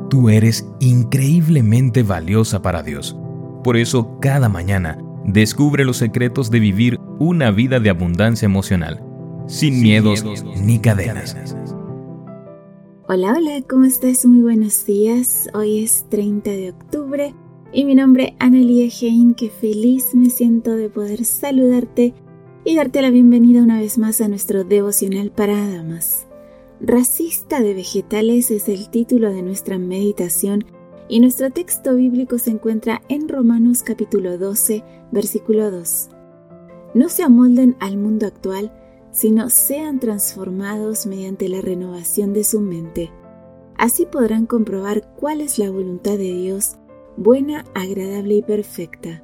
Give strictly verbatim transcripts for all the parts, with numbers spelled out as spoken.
Tú eres increíblemente valiosa para Dios. Por eso, cada mañana, descubre los secretos de vivir una vida de abundancia emocional, sin, sin miedos, miedos ni cadenas. Hola, hola, ¿cómo estás? Muy buenos días. Hoy es treinta de octubre y mi nombre es Analía Hein. Qué feliz me siento de poder saludarte y darte la bienvenida una vez más a nuestro devocional para damas. Racista de vegetales es el título de nuestra meditación y nuestro texto bíblico se encuentra en Romanos capítulo doce, versículo dos. No se amolden al mundo actual, sino sean transformados mediante la renovación de su mente. Así podrán comprobar cuál es la voluntad de Dios, buena, agradable y perfecta.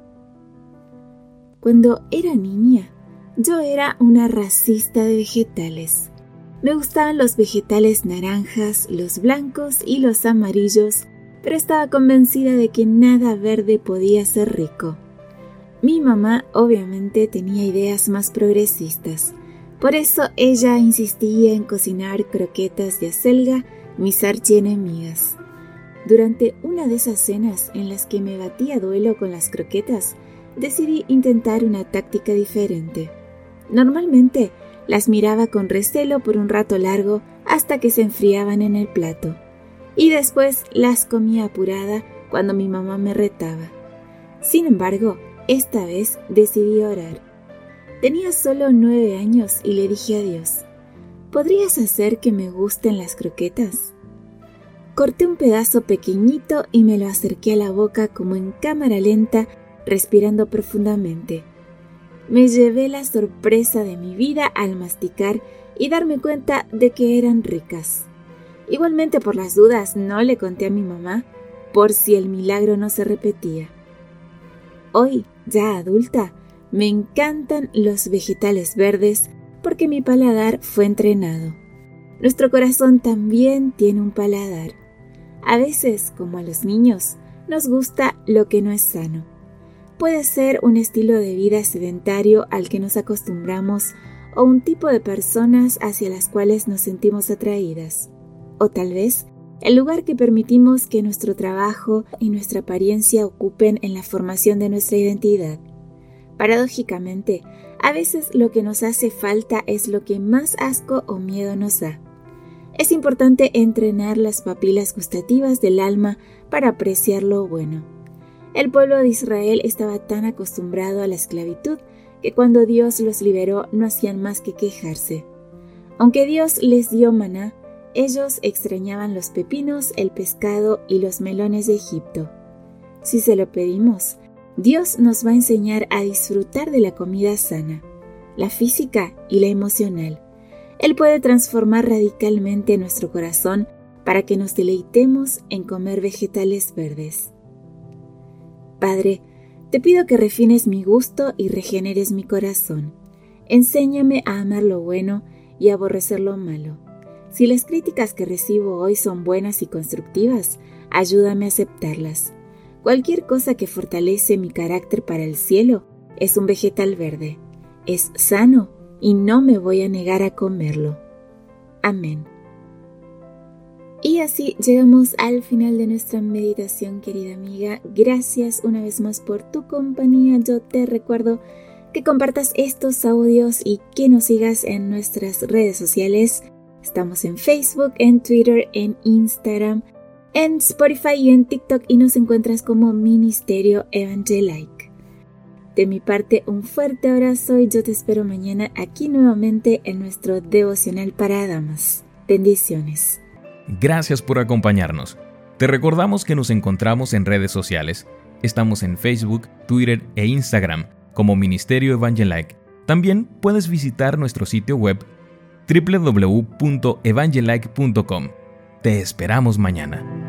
Cuando era niña, yo era una racista de vegetales. Me gustaban los vegetales naranjas, los blancos y los amarillos, pero estaba convencida de que nada verde podía ser rico. Mi mamá obviamente tenía ideas más progresistas. Por eso ella insistía en cocinar croquetas de acelga, mis archienemigas. Durante una de esas cenas en las que me batí a duelo con las croquetas, decidí intentar una táctica diferente. Normalmente las miraba con recelo por un rato largo hasta que se enfriaban en el plato, y después las comía apurada cuando mi mamá me retaba. Sin embargo, esta vez decidí orar. Tenía solo nueve años y le dije a Dios, ¿podrías hacer que me gusten las croquetas? Corté un pedazo pequeñito y me lo acerqué a la boca como en cámara lenta, respirando profundamente. Me llevé la sorpresa de mi vida al masticar y darme cuenta de que eran ricas. Igualmente, por las dudas, no le conté a mi mamá por si el milagro no se repetía. Hoy, ya adulta, me encantan los vegetales verdes porque mi paladar fue entrenado. Nuestro corazón también tiene un paladar. A veces, como a los niños, nos gusta lo que no es sano. Puede ser un estilo de vida sedentario al que nos acostumbramos o un tipo de personas hacia las cuales nos sentimos atraídas. O tal vez el lugar que permitimos que nuestro trabajo y nuestra apariencia ocupen en la formación de nuestra identidad. Paradójicamente, a veces lo que nos hace falta es lo que más asco o miedo nos da. Es importante entrenar las papilas gustativas del alma para apreciar lo bueno. El pueblo de Israel estaba tan acostumbrado a la esclavitud que cuando Dios los liberó no hacían más que quejarse. Aunque Dios les dio maná, ellos extrañaban los pepinos, el pescado y los melones de Egipto. Si se lo pedimos, Dios nos va a enseñar a disfrutar de la comida sana, la física y la emocional. Él puede transformar radicalmente nuestro corazón para que nos deleitemos en comer vegetales verdes. Padre, te pido que refines mi gusto y regeneres mi corazón. Enséñame a amar lo bueno y a aborrecer lo malo. Si las críticas que recibo hoy son buenas y constructivas, ayúdame a aceptarlas. Cualquier cosa que fortalece mi carácter para el cielo es un vegetal verde. Es sano y no me voy a negar a comerlo. Amén. Y así llegamos al final de nuestra meditación, querida amiga. Gracias una vez más por tu compañía. Yo te recuerdo que compartas estos audios y que nos sigas en nuestras redes sociales. Estamos en Facebook, en Twitter, en Instagram, en Spotify y en TikTok y nos encuentras como Ministerio Evangelique. De mi parte, un fuerte abrazo y yo te espero mañana aquí nuevamente en nuestro devocional para damas. Bendiciones. Gracias por acompañarnos. Te recordamos que nos encontramos en redes sociales. Estamos en Facebook, Twitter e Instagram como Ministerio Evangelique. También puedes visitar nuestro sitio web doble u doble u doble u punto evangelique punto com. Te esperamos mañana.